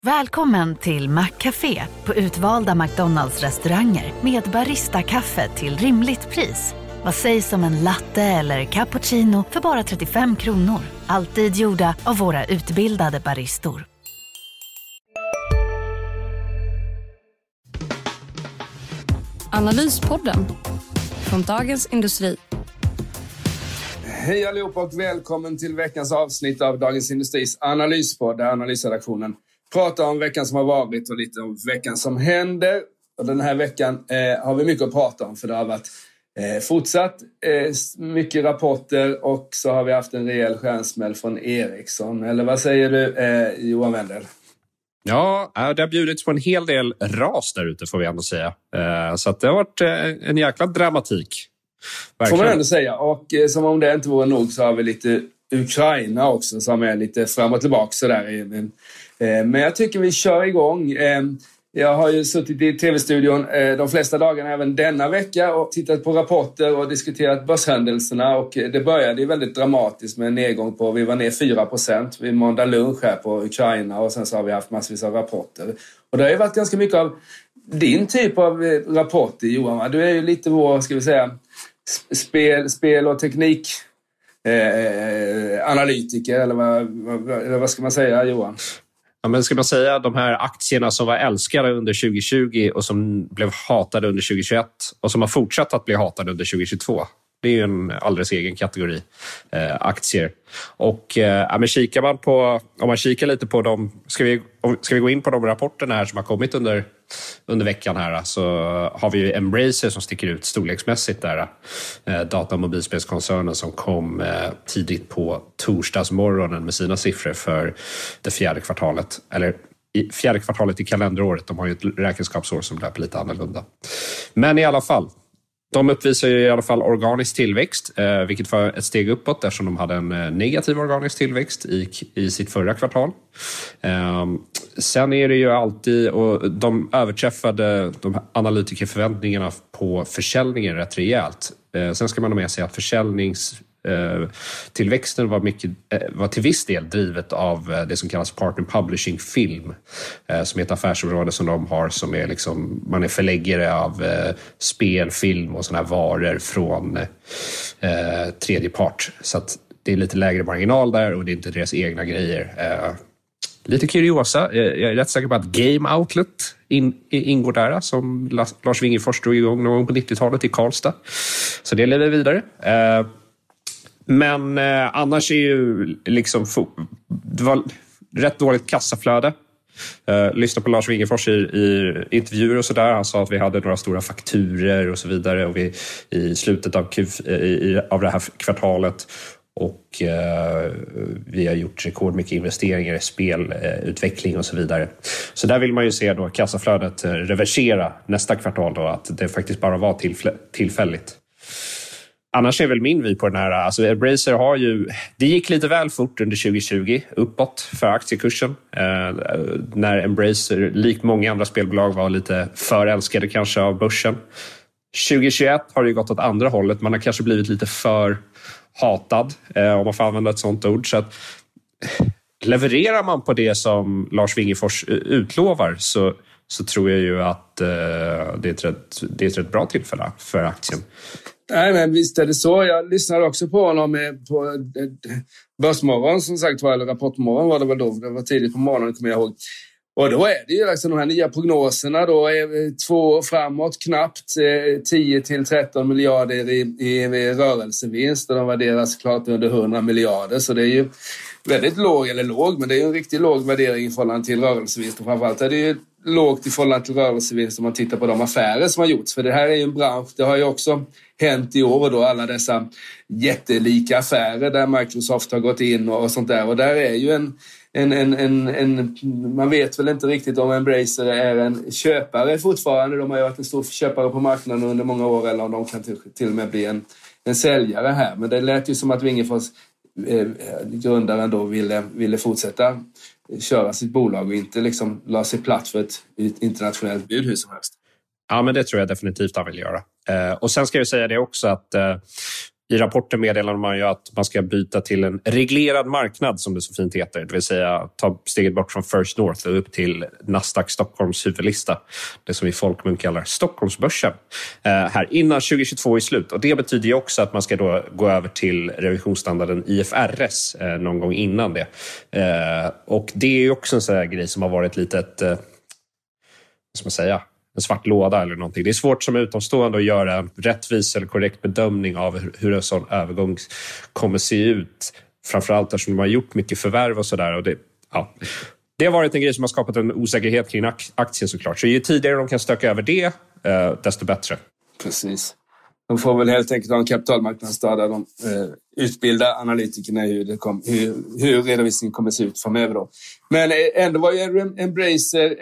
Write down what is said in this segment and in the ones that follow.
Välkommen till Maccafé på utvalda McDonalds-restauranger med Barista-kaffe till rimligt pris. Vad sägs om en latte eller cappuccino för bara 35 kronor? Alltid gjorda av våra utbildade baristor. Analyspodden från Dagens Industri. Hej allihopa och välkommen till veckans avsnitt av Dagens Industris analyspodd, där analysredaktionen pratar om veckan som har varit och lite om veckan som händer. Och den här veckan har vi mycket att prata om, för det har varit fortsatt mycket rapporter och så har vi haft en rejäl stjärnsmäll från Ericsson. Eller vad säger du, Johan Wendel? Ja, det har bjudits på en hel del ras där ute, får vi ändå säga. Så att det har varit en jäkla dramatik. Verkligen. Får man ändå säga. Och som om det inte vore nog så har vi lite Ukraina också som är lite fram och tillbaka sådär. Men jag tycker vi kör igång. Jag har ju suttit i tv-studion de flesta dagarna även denna vecka och tittat på rapporter och diskuterat börshändelserna, och det började ju väldigt dramatiskt med en nedgång på, vi var ner 4% vid måndag lunch här på Ukraina, och sen så har vi haft massvis av rapporter. Och det har ju varit ganska mycket av din typ av rapporter, Johan. Du är ju lite vår, ska vi säga, spel- och teknik analytiker, eller vad ska man säga, Johan? Ja, men ska man säga de här aktierna som var älskade under 2020 och som blev hatade under 2021 och som har fortsatt att bli hatade under 2022. Det är ju en alldeles egen kategori aktier. Och men kikar man på, om man kikar lite på dem, ska vi gå in på de rapporterna här som har kommit under veckan här, så har vi ju Embracer som sticker ut storleksmässigt där. Data- och mobilspelskoncernen som kom tidigt på torsdagsmorgonen med sina siffror för det fjärde kvartalet, eller fjärde kvartalet i kalenderåret. De har ju ett räkenskapsår som löper lite annorlunda. Men i alla fall, de uppvisar ju i alla fall organisk tillväxt, vilket var ett steg uppåt eftersom de hade en negativ organisk tillväxt i sitt förra kvartal. Sen är det ju alltid, och de överträffade de analytikerförväntningarna på försäljningen rätt rejält. Sen ska man ha med sig att tillväxten var till viss del drivet av det som kallas partner publishing film, som är ett affärsområde som de har, som är liksom, man är förläggare av spel, film och såna här varor från tredje part, så att det är lite lägre marginal där och det är inte deras egna grejer. Lite kuriosa, jag är rätt säker på att Game Outlet ingår där, som Lars Wingefors drog igång någon gång på 90-talet i Karlstad, så det lever vidare. Men annars är ju liksom det var rätt dåligt kassaflöde. Lyssna på Lars Wingefors i intervjuer och sådär. Han sa att vi hade några stora fakturer och så vidare, och vi i slutet av det här kvartalet, och vi har gjort rekordmycket investeringar i spelutveckling och så vidare. Så där vill man ju se då kassaflödet reversera nästa kvartal då, att det faktiskt bara var tillfälligt. Annars är väl min vy på den här, alltså Embracer har ju, det gick lite väl fort under 2020 uppåt för aktiekursen, när Embracer, likt många andra spelbolag, var lite förälskade kanske av börsen. 2021 har det ju gått åt andra hållet, man har kanske blivit lite för hatad, om man får använda ett sånt ord. Så att levererar man på det som Lars Wingefors utlovar, så tror jag ju att det är ett rätt bra tillfälle för aktien. Nej, men visst är det så. Jag lyssnade också på honom på Börsmorgon, som sagt, eller Rapportmorgon var det väl då. Det var tidigt på morgonen, kommer jag ihåg. Och då är det ju liksom de här nya prognoserna då, 2 år framåt, knappt 10-13 miljarder i rörelsevinst, och de värderas klart under 100 miljarder. Så det är ju väldigt låg, men det är ju en riktigt låg värdering i förhållande till rörelsevinst, och framförallt är det ju lågt i förhållande till rörelsevinst om man tittar på de affärer som har gjorts. För det här är ju en bransch, det har ju också hänt i år då, alla dessa jättelika affärer där Microsoft har gått in och sånt där. Och där är ju man vet väl inte riktigt om Embracer är en köpare fortfarande. De har ju varit en stor köpare på marknaden under många år, eller om de kan till och med bli en säljare här. Men det lät ju som att Wingefors, grundaren då, ville fortsätta köra sitt bolag och inte liksom la sig platt för ett internationellt bud hur som helst. Ja, men det tror jag definitivt han vill göra. Och sen ska jag säga det också att I rapporten meddelar man ju att man ska byta till en reglerad marknad, som det så fint heter. Det vill säga ta steget bort från First North och upp till Nasdaq Stockholms huvudlista. Det som vi folkmun kallar Stockholmsbörsen. Här innan 2022 är slut. Och det betyder ju också att man ska då gå över till revisionsstandarden IFRS någon gång innan det. Och det är ju också en sån här grej som har varit lite vad ska man säga, en svart låda eller någonting. Det är svårt som utomstående att göra en rättvis eller korrekt bedömning av hur en sån övergång kommer se ut. Framförallt eftersom de har gjort mycket förvärv och sådär. Och det har varit en grej som har skapat en osäkerhet kring aktien såklart. Så ju tidigare de kan stöka över det, desto bättre. Precis. De får väl helt enkelt ha en kapitalmarknadsdag där de utbildar analytikerna hur redovisningen kommer se ut framöver då. Men ändå var ju Embracer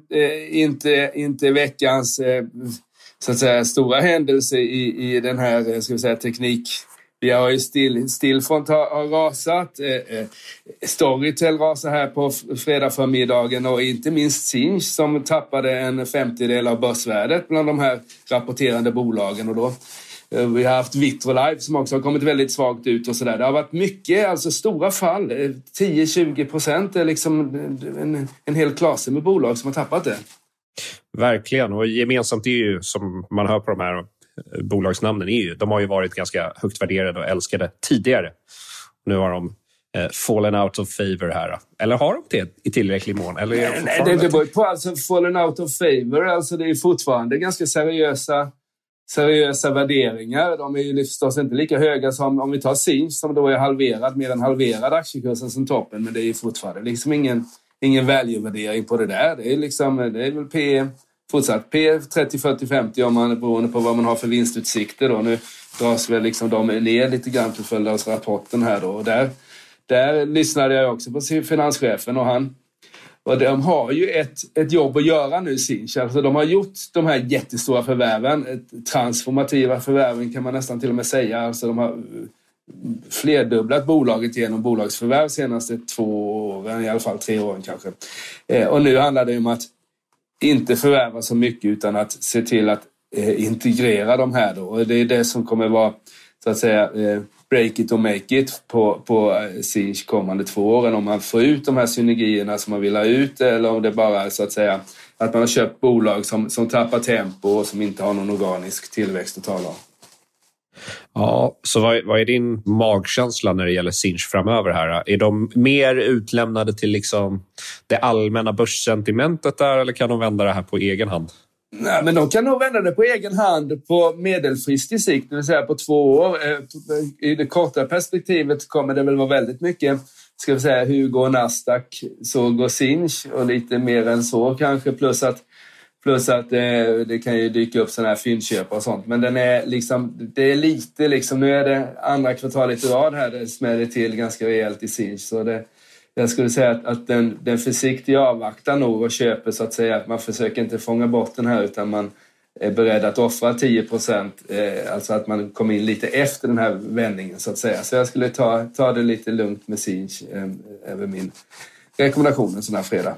inte veckans så att säga stora händelse i den här ska vi säga teknik. Vi har ju Stillfront har rasat, Storytel rasar här på fredag förmiddagen och inte minst Sinch som tappade en 50-del av börsvärdet bland de här rapporterande bolagen. Och då vi har haft Vitrolife som också har kommit väldigt svagt ut och sådär. Det har varit mycket, alltså stora fall, 10-20% är liksom en hel klasse med bolag som har tappat det. Verkligen, och gemensamt är ju som man hör på de här bolagsnamnen är ju, de har ju varit ganska högt värderade och älskade tidigare. Nu har de fallen out of favor här. Eller har de det i tillräcklig mån? Eller nej, det beror på alltså fallen out of favor. Alltså det är fortfarande ganska seriösa värderingar. De är ju förstås inte lika höga som om vi tar Sinch som då är mer än halverad aktiekursen som toppen. Men det är fortfarande liksom ingen value-värdering på det där. Det är väl fortsatt P 30, 40, 50 om man beroende på vad man har för vinstutsikter då. Nu dras väl liksom de ner lite grann till följd av rapporten här då. Och där lyssnade jag också på finanschefen och de har ju ett jobb att göra nu, Sinch. Alltså de har gjort de här jättestora förvärven, transformativa förvärven kan man nästan till och med säga. Alltså de har flerdubblat bolaget genom bolagsförvärv senaste 2 åren, i alla fall 3 åren kanske. Och nu handlar det om att inte förvärva så mycket utan att se till att integrera de här då. Och det är det som kommer vara så att säga break it or make it på Sinch kommande 2 åren. Om man får ut de här synergierna som man vill ha ut eller om det bara är så att säga att man har köpt bolag som tappar tempo och som inte har någon organisk tillväxt att tala om. Ja, så vad är din magkänsla när det gäller Sinch framöver här? Är de mer utlämnade till liksom det allmänna börssentimentet där eller kan de vända det här på egen hand? Nej, men de kan nog vända det på egen hand på medelfristig sikt, det vill säga på 2 år. I det korta perspektivet kommer det väl vara väldigt mycket, ska vi säga, hur går Nasdaq, så går Sinch och lite mer än så kanske, plus att det kan ju dyka upp sådana här fyndköp och sånt. Men den är liksom, det är lite liksom, nu är det andra kvartalet i rad här, det smäller till ganska rejält i Sinch. Så jag skulle säga att den försiktiga avvaktar nog och köper så att säga, att man försöker inte fånga bort den här utan man är beredd att offra 10%, alltså att man kommer in lite efter den här vändningen så att säga. Så jag skulle ta det lite lugnt med Sinch, över min rekommendation en sån här fredag.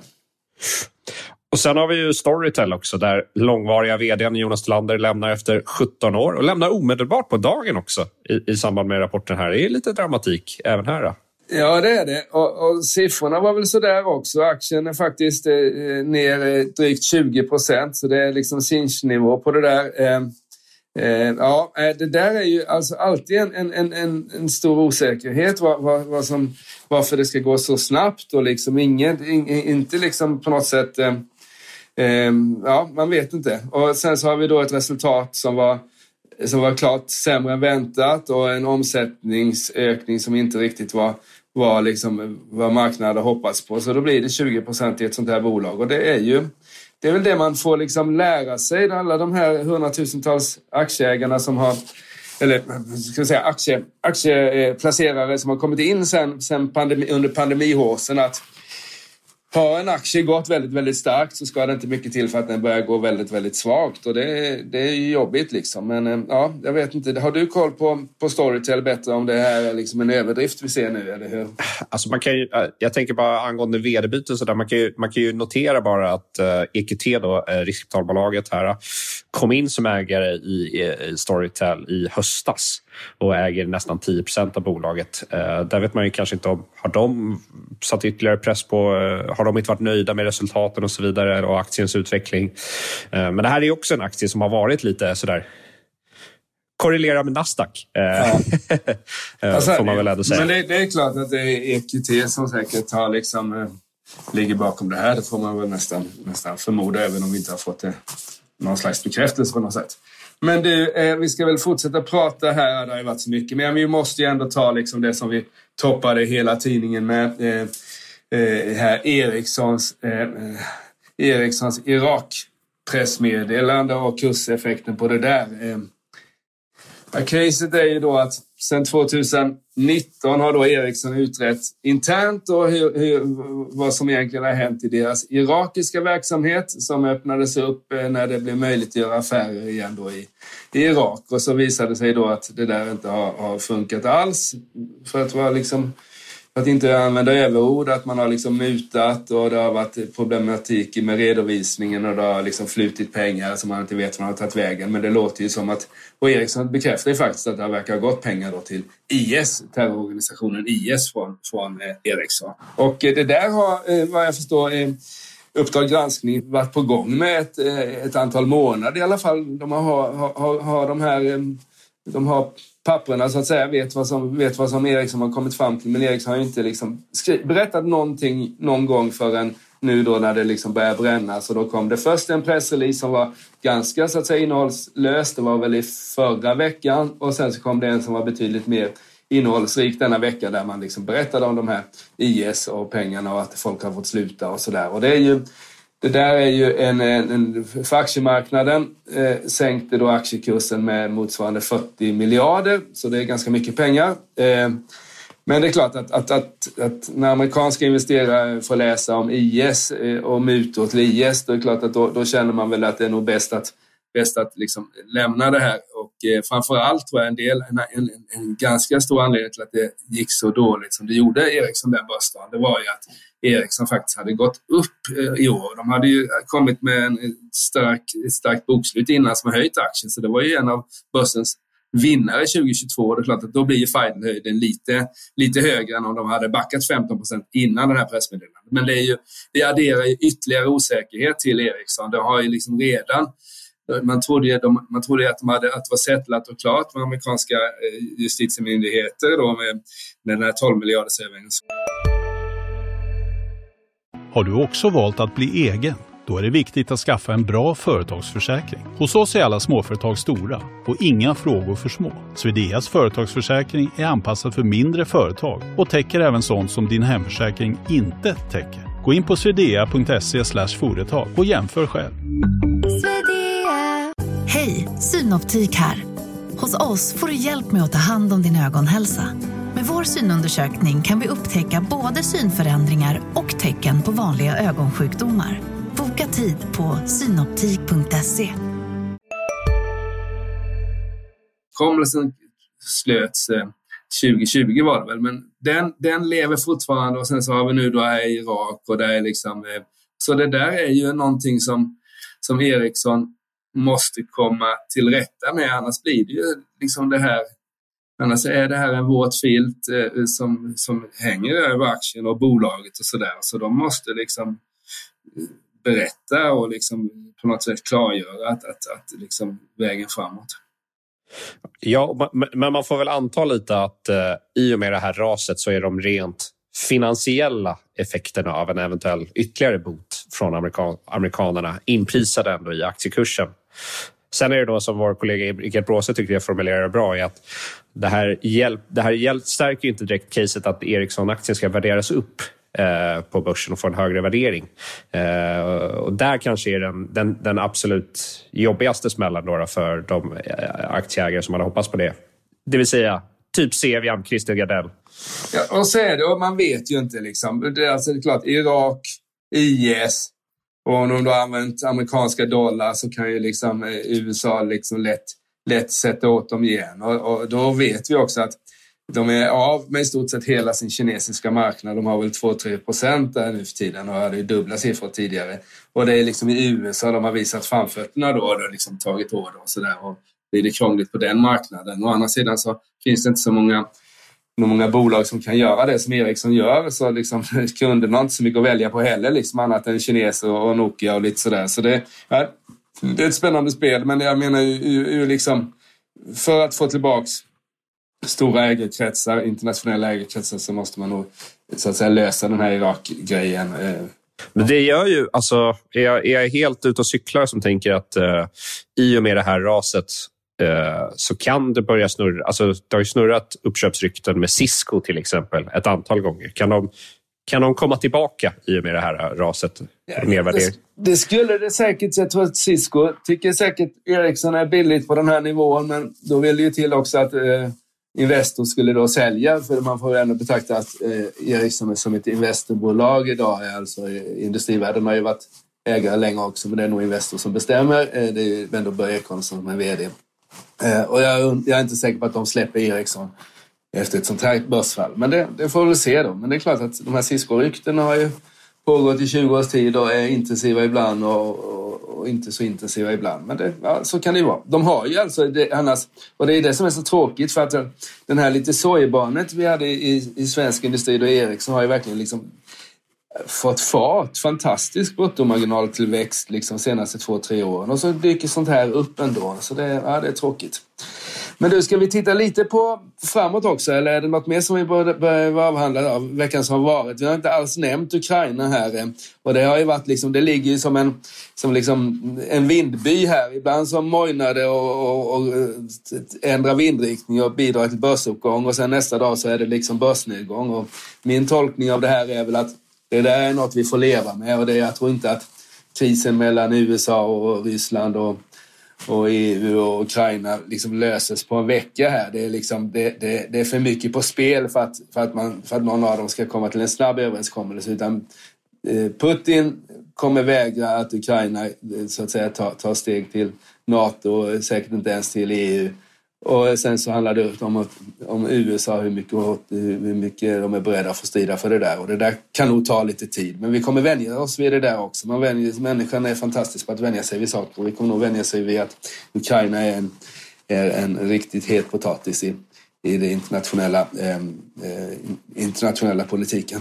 Och sen har vi ju Storytel också där långvariga vdn Jonas Tillander lämnar efter 17 år och lämnar omedelbart på dagen också i samband med rapporten här. Det är lite dramatik även här då. Ja, det är det. Och siffrorna var väl så där också. Aktien är faktiskt ner drygt 20%, så det är liksom Sinch-nivå på det där. Det där är ju alltså alltid en stor osäkerhet varför det ska gå så snabbt och liksom inte liksom på något sätt man vet inte. Och sen så har vi då ett resultat som var klart sämre än väntat och en omsättningsökning som inte riktigt var liksom vad marknaden hoppats på. Så då blir det 20% i ett sånt här bolag och det är väl det man får liksom lära sig, alla de här 100-tusentals aktieägarna som har, eller ska jag säga aktieplacerare som har kommit in sen under pandemihåsen, att har en aktie gått väldigt, väldigt starkt så ska det inte mycket till för att den börjar gå väldigt, väldigt svagt. Och det är ju jobbigt liksom. Men ja, jag vet inte. Har du koll på Storytel bättre om det här är liksom en överdrift vi ser nu, eller hur? Alltså man kan ju, jag tänker bara angående vd-byten så där, man kan ju notera bara att EQT då, riskkapitalbolaget här, kom in som ägare i Storytel i höstas och äger nästan 10% av bolaget. Där vet man ju kanske inte om, har de satt ytterligare press på, har de inte varit nöjda med resultaten och så vidare och aktiens utveckling. Men det här är ju också en aktie som har varit lite sådär korrelera med Nasdaq. Får man väl ändå säga. Men det är klart att det är EQT som säkert har liksom, ligger bakom det här. Det får man väl nästan förmoda, även om vi inte har fått det, någon slags bekräftelse på något sätt. Men vi ska väl fortsätta prata här. Det har ju varit så mycket. Men vi måste ju ändå ta liksom det som vi toppade hela tidningen med. Här Ericssons Irak-pressmeddelande och kurseffekten på det där. Caset är ju då att sedan 2019 har då Ericsson utrett internt och vad som egentligen har hänt i deras irakiska verksamhet som öppnades upp när det blev möjligt att göra affärer igen då i Irak. Och så visade det sig då att det där inte har funkat alls, för att vara liksom, att inte använda överord, att man har liksom mutat och det har varit problematik med redovisningen och det har liksom flutit pengar som man inte vet var man har tagit vägen. Men det låter ju som att, och Ericsson bekräftar ju faktiskt att det verkar ha gått pengar då till IS, terrororganisationen IS från Ericsson. Och det där har, vad jag förstår, Uppdrag granskning varit på gång med ett antal månader i alla fall. De har de här, de har papperna så att säga, vet vad som Ericsson har kommit fram till, men Ericsson har ju inte liksom berättat någonting någon gång förrän nu då när det liksom börjar bränna. Så då kom det först en pressrelease som var ganska så att säga innehållslös. Det var väl i förra veckan, och sen så kom det en som var betydligt mer innehållsrik denna vecka där man liksom berättade om de här IS och pengarna och att folk har fått sluta och sådär. Och det där är ju en för aktiemarknaden sänkte då aktiekursen med motsvarande 40 miljarder. Så det är ganska mycket pengar. Men det är klart att när amerikanska investerare får läsa om IS och mutor till IS, då är det klart att då känner man väl att det är nog bäst att liksom lämna det här. Och framförallt tror jag en ganska stor anledning till att det gick så dåligt som det gjorde Ericsson den börsdagen, det var ju att Ericsson faktiskt hade gått upp i år. De hade ju kommit med ett starkt bokslut innan som har höjt aktien, så det var ju en av börsens vinnare 2022. Det är klart att då blir ju Friday-höjden lite högre än om de hade backat 15% innan den här pressmeddelandet. Men det adderar ju ytterligare osäkerhet till Ericsson. Det har ju liksom redan, man trodde att att det var settlat och klart med amerikanska justitiemyndigheter då med den här 12 miljarders överenskommelsen. Har du också valt att bli egen? Då är det viktigt att skaffa en bra företagsförsäkring. Hos oss är alla småföretag stora och inga frågor för små. Swedeas företagsförsäkring är anpassad för mindre företag och täcker även sånt som din hemförsäkring inte täcker. Gå in på swedea.se/företag och jämför själv. Hej, Synoptik här. Hos oss får du hjälp med att ta hand om din ögonhälsa. Med vår synundersökning kan vi upptäcka både synförändringar och tecken på vanliga ögonsjukdomar. Boka tid på synoptik.se. Kommelsen slöts 2020 var det väl, men den lever fortfarande, och sen så har vi nu då här i Irak och det är liksom, så det där är ju någonting som Ericsson måste komma till rätta med, annars blir det ju liksom det här. Annars är det här en våt filt som hänger över aktien och bolaget och sådär. Så de måste liksom berätta och liksom på något sätt klargöra att liksom vägen framåt. Ja, men man får väl anta lite att i och med det här raset så är de rent finansiella effekterna av en eventuell ytterligare bot från amerikanerna inprisade ändå i aktiekursen. Sen är det då som vår kollega Rickard Bråse tycker jag formulerar bra, är att det här stärker ju inte direkt caset att Ericsson-aktien ska värderas upp på börsen och få en högre värdering. Och där kanske är den absolut jobbigaste smällen då för de aktieägare som hade hoppats på det. Det vill säga typ Cevian, Christer Gardell. Ja, och så är det, och man vet ju inte liksom. Det är alltså klart, IS. Och om de då använt amerikanska dollar så kan ju liksom USA liksom lätt sätta åt dem igen. Och då vet vi också att de är av med i stort sett hela sin kinesiska marknad. De har väl 2-3% där nu för tiden och hade ju dubbla siffror tidigare. Och det är liksom i USA de har visat framfötterna då och liksom tagit order och sådär. Och det är det krångligt på den marknaden. Å andra sidan så finns det inte så många bolag som kan göra det som Ericsson gör. Så liksom kunderna har inte så mycket att välja på heller liksom annat än kineser och Nokia och lite sådär. Så det är ett spännande spel. Men jag menar ju liksom för att få tillbaks stora ägarkretsar, internationella ägarkretsar så måste man nog så att säga lösa den här Irak-grejen. Men det gör ju, alltså är jag helt ute och cyklar som tänker att i och med det här raset så kan det börja snurra, alltså det har ju snurrat uppköpsrykten med Cisco till exempel ett antal gånger. Kan de komma tillbaka i och med det här raset? Det skulle det säkert. Jag tror att Cisco tycker säkert Ericsson är billigt på den här nivån, men då vill det ju till också att Investor skulle då sälja, för man får ju ändå betrakta att Ericsson som ett investorbolag idag. Alltså Industrivärden har ju varit ägare länge också, men det är nog Investor som bestämmer. Det är ju ändå Börje Ekholm som är vd. Och jag är inte säker på att de släpper Ericsson efter ett sånt här börsfall. Men det får vi väl se då. Men det är klart att de här Cisco-ryktena har ju pågått i 20 års tid och är intensiva ibland och inte så intensiva ibland. Men så kan det ju vara. De har ju alltså annars, och det är det som är så tråkigt, för att den här lite sorgebarnet vi hade i svensk industri då Ericsson har ju verkligen liksom fått fart, fantastisk bruttomarginaltillväxt liksom senaste 2-3 åren, och så dyker sånt här upp ändå, så det är tråkigt. Men du, ska vi titta lite på framåt också, eller är det något mer som vi börjar avhandla av veckan som har varit? Vi har inte alls nämnt Ukraina här, och det har ju varit liksom, det ligger ju som en vindby här. Ibland som mojnar det och ändrar vindriktning och bidrar till börsuppgång, och sen nästa dag så är det liksom börsnedgång. Och min tolkning av det här är väl att det där är något vi får leva med, och jag tror inte att krisen mellan USA och Ryssland och EU och Ukraina liksom löses på en vecka här. Det är liksom det är för mycket på spel för att någon av dem ska komma till en snabb överenskommelse, utan Putin kommer vägra att Ukraina så att säga tar steg till NATO och säkert inte ens till EU. Och sen så handlar det om USA, hur mycket de är beredda att få strida för det där. Och det där kan nog ta lite tid. Men vi kommer vänja oss vid det där också. Människan är fantastisk på att vänja sig vid saker. Och vi kommer nog vänja sig vid att Ukraina är en riktigt het potatis i det internationella politiken.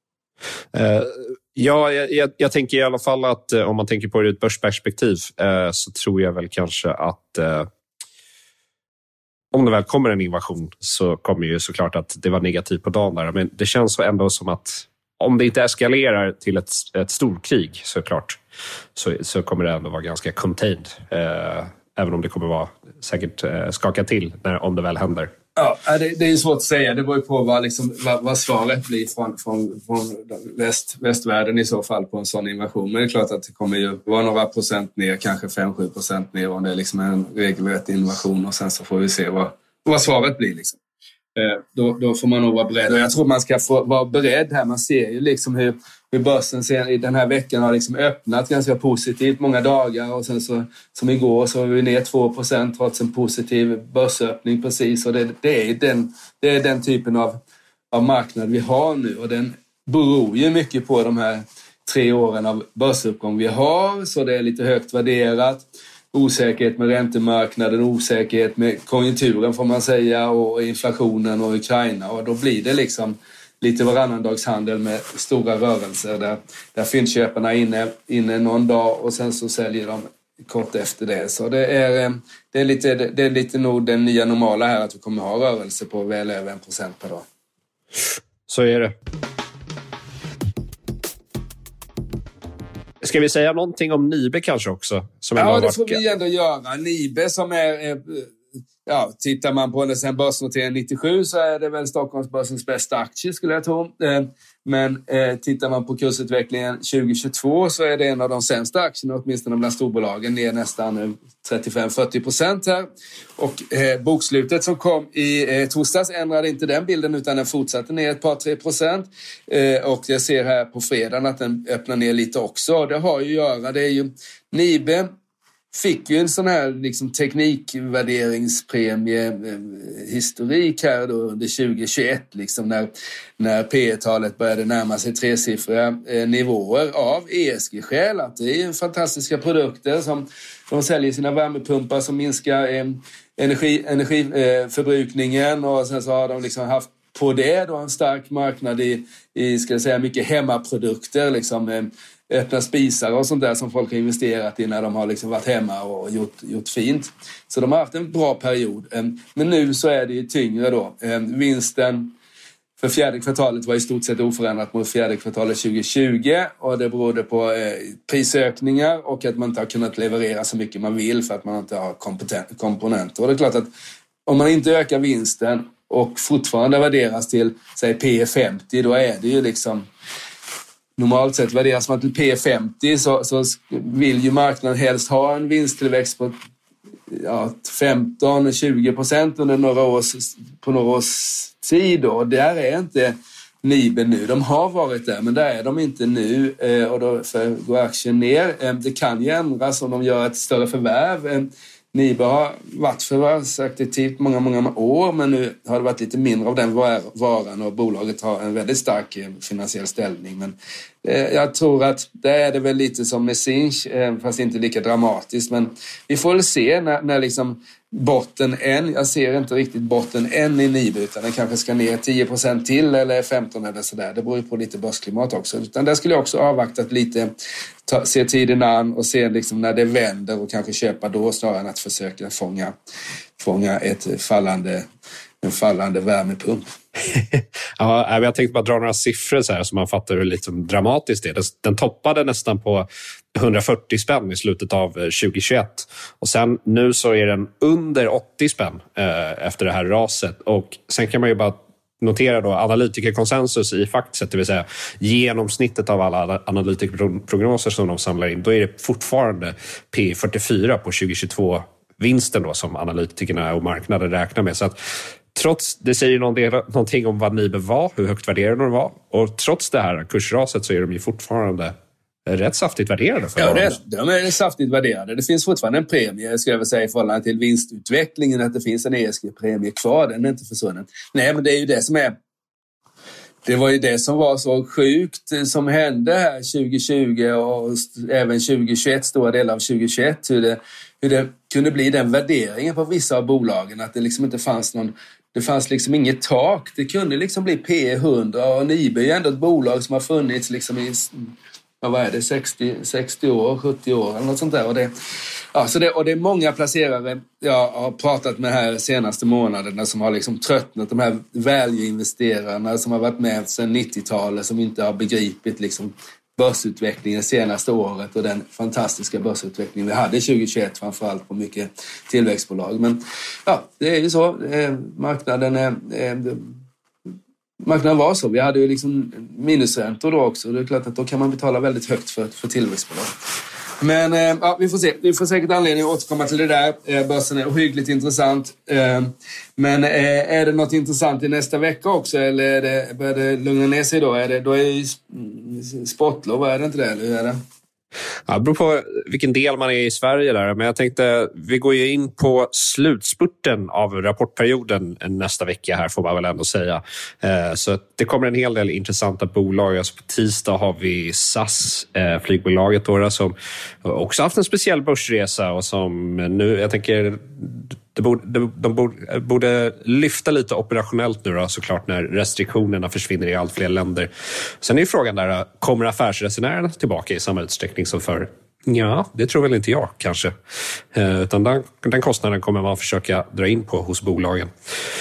Ja, jag tänker i alla fall att om man tänker på det ur ett börsperspektiv så tror jag väl kanske att om det väl kommer en invasion så kommer ju såklart att det var negativt på dagen där. Men det känns ändå som att om det inte eskalerar till ett storkrig såklart så kommer det ändå vara ganska contained. Även om det kommer vara säkert skaka till om det väl händer. Ja, det är ju svårt att säga. Det beror ju på vad svaret blir från västvärlden i så fall på en sån invasion. Men det är klart att det kommer ju vara några procent ner, kanske 5-7% ner om det är liksom en regelrätt invasion, och sen så får vi se vad svaret blir liksom. Då får man nog vara beredd. Och jag tror man ska få vara beredd här. Man ser ju liksom hur börsen i den här veckan har liksom öppnat ganska positivt många dagar, och sen så som igår så var vi ner 2% trots en positiv börsöppning precis, och det är den typen av marknad vi har nu, och den beror ju mycket på de här 3 åren av börsuppgång vi har, så det är lite högt värderat. Osäkerhet med räntemarknaden, osäkerhet med konjunkturen får man säga, och inflationen och Ukraina, och då blir det liksom lite varannandagshandel med stora rörelser där fyndköparna är inne någon dag och sen så säljer de kort efter det. Så det är lite nog den nya normala här, att vi kommer ha rörelse på väl över 1% per dag. Så är det. Ska vi säga någonting om Nibe kanske också? Som ja, det får vi ändå göra. Nibe som är tittar man på den sen börsnoteringen 97 så är det väl Stockholmsbörsens bästa aktie skulle jag tro. Men tittar man på kursutvecklingen 2022 så är det en av de sämsta aktierna, åtminstone bland storbolagen, ner nästan 35-40% här. Och bokslutet som kom i torsdags ändrade inte den bilden utan den fortsatte ner ett par 3%. Och jag ser här på fredagen att den öppnar ner lite också. Det har ju att göra, det är ju Nibe fick ju en sån här liksom teknikvärderingspremie historik här då under 2021 liksom när P-talet började närma sig tresiffriga nivåer av ESG-skäl. Att det är fantastiska produkter som de säljer sina värmepumpar som minskar energiförbrukningen, och sen så har de liksom haft på det då en stark marknad i ska jag säga mycket hemmaprodukter, liksom öppna spisar och sånt där som folk har investerat i när de har liksom varit hemma och gjort fint. Så de har haft en bra period. Men nu så är det ju tyngre då. Vinsten för fjärde kvartalet var i stort sett oförändrat mot fjärde kvartalet 2020, och det berodde på prisökningar och att man inte har kunnat leverera så mycket man vill för att man inte har komponenter. Och det är klart att om man inte ökar vinsten och fortfarande värderas till säg P50, då är det ju liksom normalt sett värderas man till P50 så vill ju marknaden helst ha en vinsttillväxt på 15-20% under några års tid. Och där är inte Nibe nu. De har varit där, men där är de inte nu, och då går aktien ner. Det kan ju ändras om de gör ett större förvärv. Nibe har varit förvärvsaktivt många år, men nu har det varit lite mindre av den varan och bolaget har en väldigt stark finansiell ställning. Men jag tror att det är det väl lite som med Sinch, fast inte lika dramatiskt. Men vi får väl se när liksom botten än. Jag ser inte riktigt botten än i Nibe, utan den kanske ska ner 10% till eller 15% eller sådär. Det beror ju på lite börsklimat också. Utan där skulle jag också avvaktat lite, se tiden an och se liksom när det vänder och kanske köpa då snarare än att försöka fånga en fallande värmepump. Ja, jag tänkte bara dra några siffror så här så man fattar hur liksom dramatiskt det är. Den toppade nästan på 140 spänn i slutet av 2021 och sen nu så är den under 80 spänn efter det här raset. Och sen kan man ju bara notera då analytikerkonsensus i Factset, det vill säga genomsnittet av alla analytikerprognoser som de samlar in. Då är det fortfarande P44 på 2022 vinsten då som analytikerna och marknaden räknar med. Så att trots, det säger någonting om vad Nibe var, hur högt värderade de var, och trots det här kursraset så är de ju fortfarande rätt saftigt värderade. De är saftigt värderade. Det finns fortfarande en premie, ska jag väl säga, i förhållande till vinstutvecklingen, att det finns en ESG-premie kvar, den är inte försvunnen. Nej, men det är ju det som är. Det var ju det som var så sjukt som hände här 2020 och även 2021, stora delar av 2021, hur det kunde bli den värderingen på vissa av bolagen, att det liksom inte fanns det fanns liksom inget tak. Det kunde liksom bli P100, och Nibe är ju ändå ett bolag som har funnits liksom i 60 år, 70 år eller något sånt där. Och det är många placerare jag har pratat med här senaste månaderna som har liksom tröttnat, de här value-investerarna som har varit med sedan 90-talet, som inte har begripit liksom börsutvecklingen senaste året och den fantastiska börsutvecklingen vi hade 2021, framförallt på mycket tillväxtbolag. Men ja, det är ju så. Marknaden var så. Vi hade ju liksom minusräntor då också. Det är klart att då kan man betala väldigt högt för tillväxtbolag. Men ja, vi får se. Vi får säkert anledning att återkomma till det där. Börsen är ohyggligt intressant. Men är det något intressant i nästa vecka också? Eller börjar det lugna ner sig då? Då är det sportlov, är det inte det? Eller hur är det? Ja, det beror på vilken del man är i Sverige där. Men jag tänkte, vi går ju in på slutspurten av rapportperioden nästa vecka här, får man väl ändå säga. Så det kommer en hel del intressanta bolag. Alltså på tisdag har vi SAS, flygbolaget då, som också haft en speciell börsresa och som nu, jag tänker, de borde lyfta lite operationellt nu då, såklart, när restriktionerna försvinner i allt fler länder. Sen är ju frågan där, kommer affärsresenärerna tillbaka i samma utsträckning som förr? Ja, det tror väl inte jag kanske. Utan den kostnaden kommer man försöka dra in på hos bolagen.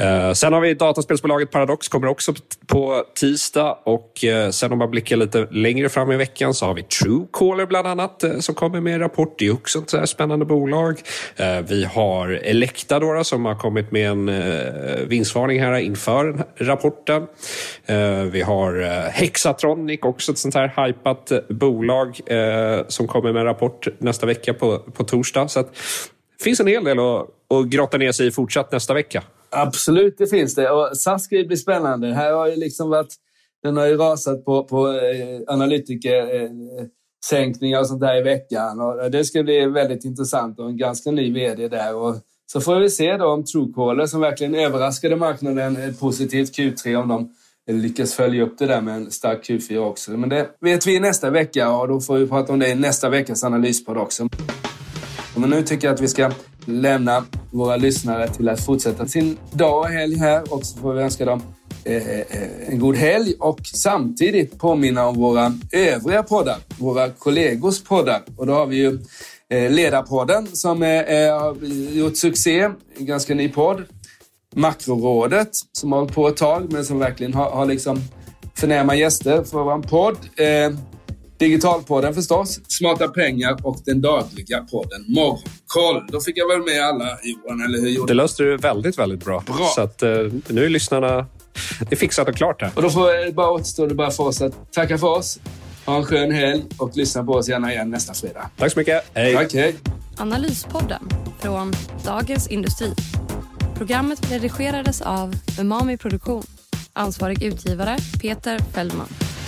Sen har vi dataspelsbolaget Paradox, kommer också på tisdag, och sen om man blickar lite längre fram i veckan så har vi Truecaller bland annat som kommer med en rapport. Det är också ett så här spännande bolag. Vi har Elekta då, som har kommit med en vinstvarning här inför rapporten. Vi har Hexatronic, också ett sånt här hypat bolag som kommer med en rapport nästa vecka på torsdag. Så att det finns en hel del att grotta ner sig i fortsatt nästa vecka. Absolut, det finns det. Och SAS ska ju bli spännande. Här har ju liksom varit, den har ju rasat på analytikersänkningar och sånt där i veckan. Och det ska bli väldigt intressant och en ganska ny vd där. Och så får vi se då om Truecaller, som verkligen överraskade marknaden positivt Q3, om de lyckas följa upp det där med en stark Q4 också. Men det vet vi nästa vecka, och då får vi prata om det i nästa veckas analyspodd också. Men nu tycker jag att vi ska lämna våra lyssnare till att fortsätta sin dag och helg här, och så får vi önska dem en god helg, och samtidigt påminna om våra övriga poddar, våra kollegors poddar. Och då har vi ju Ledarpodden som har gjort succé, en ganska ny podd. Makrorådet som har hållit på ett tag, men som verkligen har liksom förnäma gäster för att vara en podd. Digitalpodden förstås, Smarta pengar, och den dagliga podden Morgonkoll. Då fick jag väl med alla, Johan, eller hur gjorde? Det löste du väldigt, väldigt bra. Så att nu är lyssnarna, det är fixat och klart här. Och då återstår det bara för oss att tacka för oss. Ha en skön helg och lyssna på oss gärna igen nästa fredag. Tack så mycket. Hej. Tack, hej. Analyspodden från Dagens Industri. Programmet redigerades av Umami Produktion. Ansvarig utgivare Peter Fällman.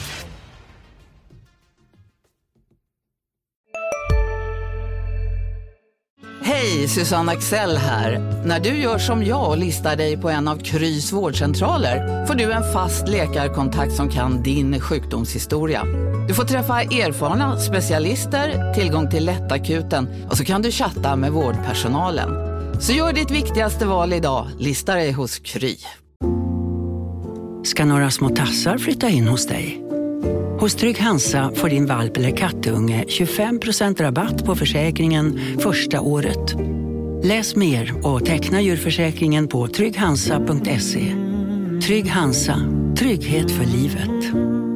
Hej, Susanne Axel här. När du gör som jag och listar dig på en av Krys vårdcentraler får du en fast läkarkontakt som kan din sjukdomshistoria. Du får träffa erfarna specialister, tillgång till lättakuten och så kan du chatta med vårdpersonalen. Så gör ditt viktigaste val idag, lista dig hos Kry. Ska några små tassar flytta in hos dig? Hos Trygg Hansa får din valp eller kattunge 25% rabatt på försäkringen första året. Läs mer och teckna djurförsäkringen på trygghansa.se. Trygg Hansa, trygghet för livet.